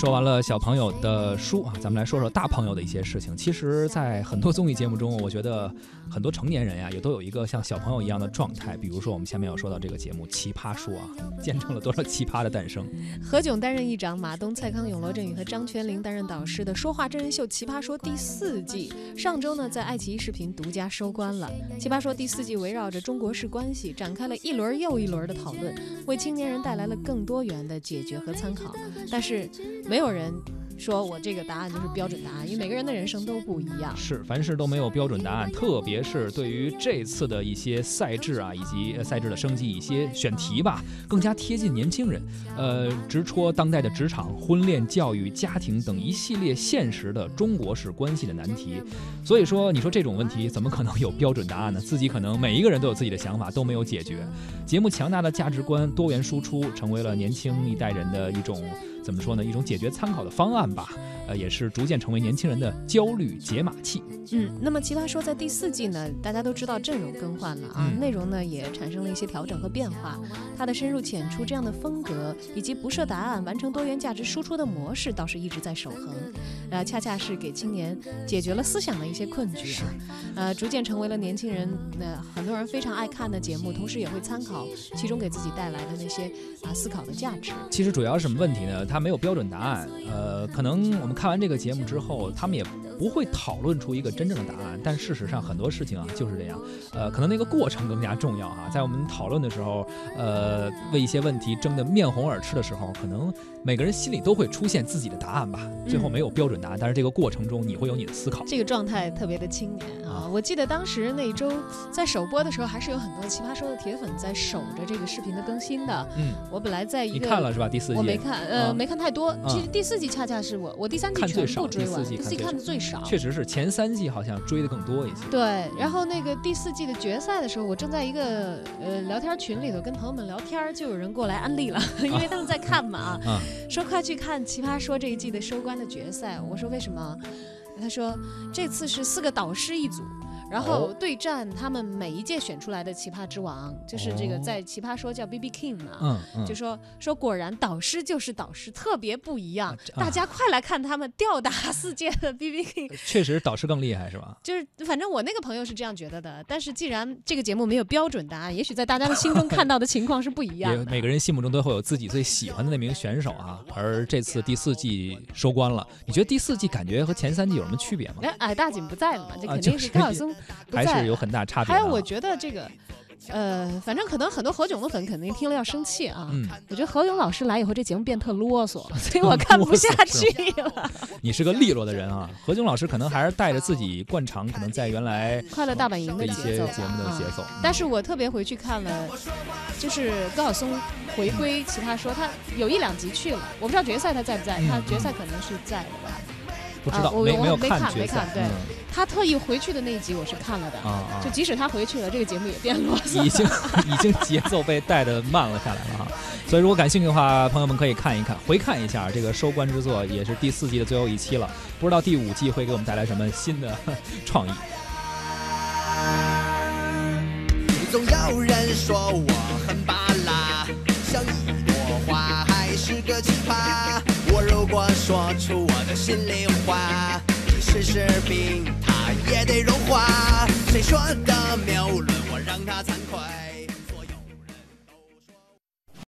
说完了小朋友的书啊，咱们来说说大朋友的一些事情。其实在很多综艺节目中，我觉得很多成年人呀也都有一个像小朋友一样的状态。比如说我们下面要说到这个节目《奇葩说》啊，见证了多少奇葩的诞生。 何炅担任议长，马东、蔡康永、罗振宇和张泉灵担任导师的说话真人秀《奇葩说》第4季，上周呢在爱奇艺视频独家收官了。《奇葩说》第4季围绕着中国式关系展开了一轮又一轮的讨论，为青年人带来了更多元的解决和参考。但是没有人说我这个答案就是标准答案，因为每个人的人生都不一样。 是，凡事都没有标准答案，特别是对于这次的一些赛制啊，以及赛制的升级，一些选题吧，更加贴近年轻人，直戳当代的职场、婚恋、教育、家庭等一系列现实的中国式关系的难题。所以说，你说这种问题怎么可能有标准答案呢？自己可能每一个人都有自己的想法，都没有解决。节目强大的价值观、多元输出，成为了年轻一代人的一种。怎么说呢？一种解决参考的方案吧，也是逐渐成为年轻人的焦虑解码器。 那么《奇葩说》在第4季呢，大家都知道阵容更换了啊，内容呢也产生了一些调整和变化。它的深入浅出这样的风格，以及不设答案、完成多元价值输出的模式，倒是一直在守恒。恰恰是给青年解决了思想的一些困局逐渐成为了年轻人很多人非常爱看的节目，同时也会参考其中给自己带来的那些思考的价值。 其实主要是什么问题呢？它没有标准答案，可能我们看完这个节目之后，他们也不会讨论出一个真正的答案，但事实上很多事情啊就是这样，可能那个过程更加重要哈。在我们讨论的时候，为一些问题争得面红耳赤的时候，可能每个人心里都会出现自己的答案吧。最后没有标准答案，但是这个过程中你会有你的思考。 这个状态特别的青年啊！我记得当时那一周在首播的时候，还是有很多奇葩说的铁粉在守着这个视频的更新的。我本来在一个你看了是吧？第4季我没看，没看太多。其实第4季恰恰是我第3季全部追完，第4季看的最少。 确实是前3季好像追的更多一些。 对，然后那个第4季的决赛的时候，我正在一个聊天群里头跟朋友们聊天，就有人过来安利了，因为他们在看嘛，说快去看《奇葩说》这一季的收官的决赛。我说为什么？他说这次是4个导师一组，然后对战他们每一届选出来的奇葩之王，就是这个在奇葩说叫 BB King 嘛，就说果然导师就是导师，特别不一样，大家快来看他们吊打4届的 BB King。 确实导师更厉害是吧？ 就是反正我那个朋友是这样觉得的，但是既然这个节目没有标准答案，也许在大家的心中看到的情况是不一样的。 每个人心目中都会有自己最喜欢的那名选手啊。而这次第4季收官了，你觉得第4季感觉和前3季有什么区别吗？ 矮大紧不在了嘛，这肯定是高晓松不在， 还是有很大差别。 还有我觉得这个反正可能很多何炅的粉肯定听了要生气啊。我觉得何炅老师来以后，这节目变特啰嗦，所以我看不下去了。 你是个利落的人啊，何炅老师可能还是带着自己惯常可能在原来快乐大本营的一些节目的节奏。 但是我特别回去看了，就是高晓松回归奇葩说，他有1、2集去了，我不知道决赛他在不在，他决赛可能是在的吧。 不知道，没有看决赛。 对，他特意回去的那一集我是看了的，就即使他回去了，这个节目也变啰嗦， 已经节奏被带得慢了下来了哈。所以如果感兴趣的话，朋友们可以看一看，回看一下这个收官之作，也是第4季的最后一期了。不知道第5季会给我们带来什么新的创意。 总有人说我很巴拉，像一朵花，还是个奇葩。我如果说出我的心里话，即使是冰，它也得融化。谁说的谬论，我让它惭愧。